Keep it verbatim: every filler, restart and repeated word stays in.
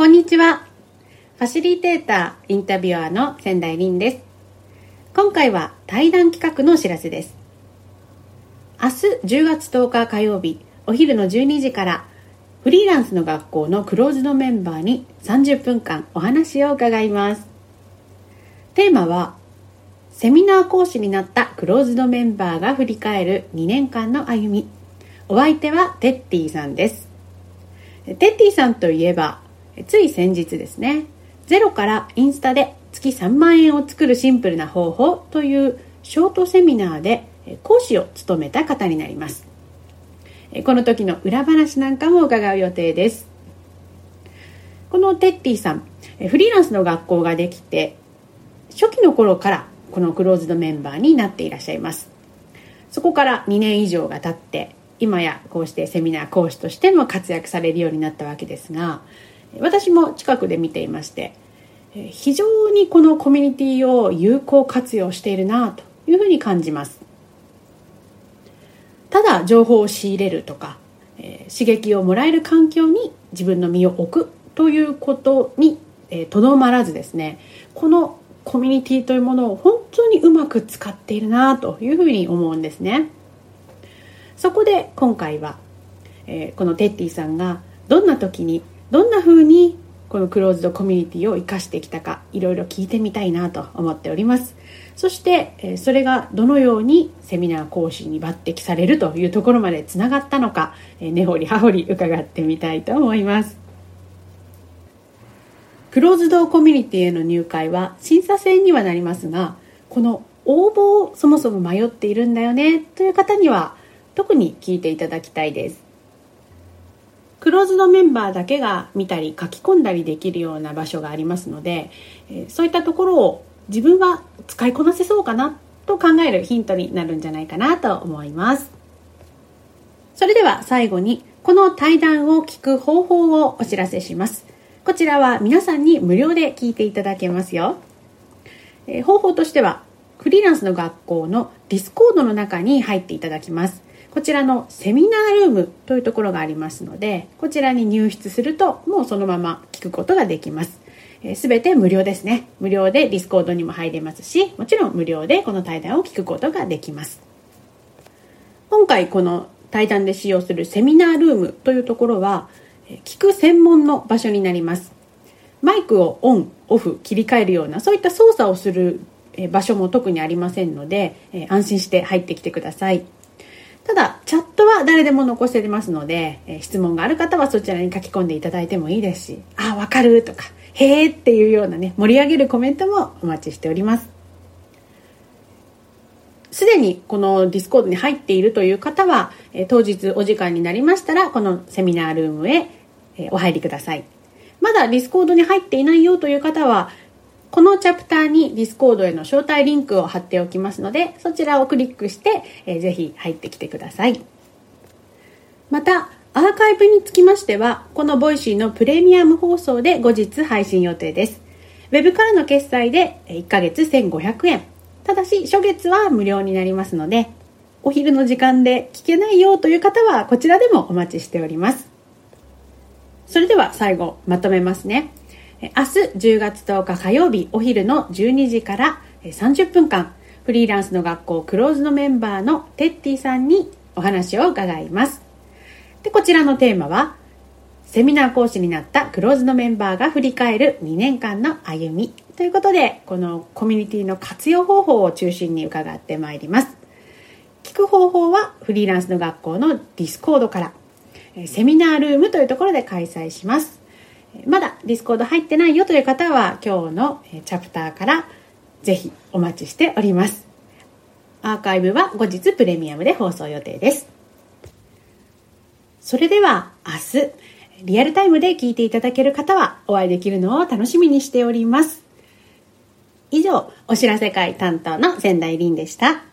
こんにちは。ファシリテーター、インタビュアーの仙台凛です。今回は対談企画のお知らせです。明日じゅうがつとおか火曜日、お昼のじゅうにじからフリーランスの学校のクローズドメンバーにさんじゅっぷんかんお話を伺います。テーマはセミナー講師になったクローズドメンバーが振り返るにねんかんの歩み。お相手はテッティさんです。テッティさんといえばつい先日ですね、ゼロからインスタで月さんまんえんを作るシンプルな方法というショートセミナーで講師を務めた方になります。この時の裏話なんかも伺う予定です。このテッティさん、フリーランスの学校ができて初期の頃からこのクローズドメンバーになっていらっしゃいます。そこからにねん以上が経って今やこうしてセミナー講師としても活躍されるようになったわけですが、私も近くで見ていまして非常にこのコミュニティを有効活用しているなというふうに感じます。ただ情報を仕入れるとか、えー、刺激をもらえる環境に自分の身を置くということにとど、えー、まらずですね、このコミュニティというものを本当にうまく使っているなというふうに思うんですね。そこで今回は、えー、このテッティさんがどんな時にどんな風にこのクローズドコミュニティを生かしてきたか、いろいろ聞いてみたいなと思っております。そしてそれがどのようにセミナー講師に抜擢されるというところまでつながったのか、根掘り葉掘り伺ってみたいと思います。クローズドコミュニティへの入会は審査制にはなりますが、この応募をそもそも迷っているんだよねという方には特に聞いていただきたいです。クローズドメンバーだけが見たり書き込んだりできるような場所がありますので、そういったところを自分は使いこなせそうかなと考えるヒントになるんじゃないかなと思います。それでは最後にこの対談を聞く方法をお知らせします。こちらは皆さんに無料で聞いていただけますよ。え方法としてはフリーランスの学校のディスコードの中に入っていただきます。こちらのセミナールームというところがありますので、こちらに入室するともうそのまま聞くことができます。すべて無料ですね。無料でディスコードにも入れますし、もちろん無料でこの対談を聞くことができます。今回この対談で使用するセミナールームというところは聞く専門の場所になります。マイクをオンオフ切り替えるようなそういった操作をする場所も特にありませんので、安心して入ってきてください。ただチャットは誰でも残せますので、えー、質問がある方はそちらに書き込んでいただいてもいいですし、あ、わかるとかへーっていうようなね、盛り上げるコメントもお待ちしております。すでにこのディスコードに入っているという方は、えー、当日お時間になりましたらこのセミナールームへ、えー、お入りください。まだディスコードに入っていないよという方はこのチャプターにディスコードへの招待リンクを貼っておきますので、そちらをクリックして、えー、ぜひ入ってきてください。またアーカイブにつきましてはこのボイシーのプレミアム放送で後日配信予定です。ウェブからの決済でいっかげつせんごひゃくえん、ただし初月は無料になりますので、お昼の時間で聞けないよという方はこちらでもお待ちしております。それでは最後まとめますね。明日じゅうがつとおか火曜日、お昼のじゅうにじからさんじゅっぷんかんフリーランスの学校クローズのメンバーのテッティさんにお話を伺います。でこちらのテーマはセミナー講師になったクローズのメンバーが振り返るにねんかんの歩みということで、このコミュニティの活用方法を中心に伺ってまいります。聞く方法はフリーランスの学校のディスコードからセミナールームというところで開催します。まだディスコード入ってないよという方は今日のチャプターからぜひお待ちしております。アーカイブは後日プレミアムで放送予定です。それでは明日リアルタイムで聞いていただける方はお会いできるのを楽しみにしております。以上、お知らせ会担当の仙台凛でした。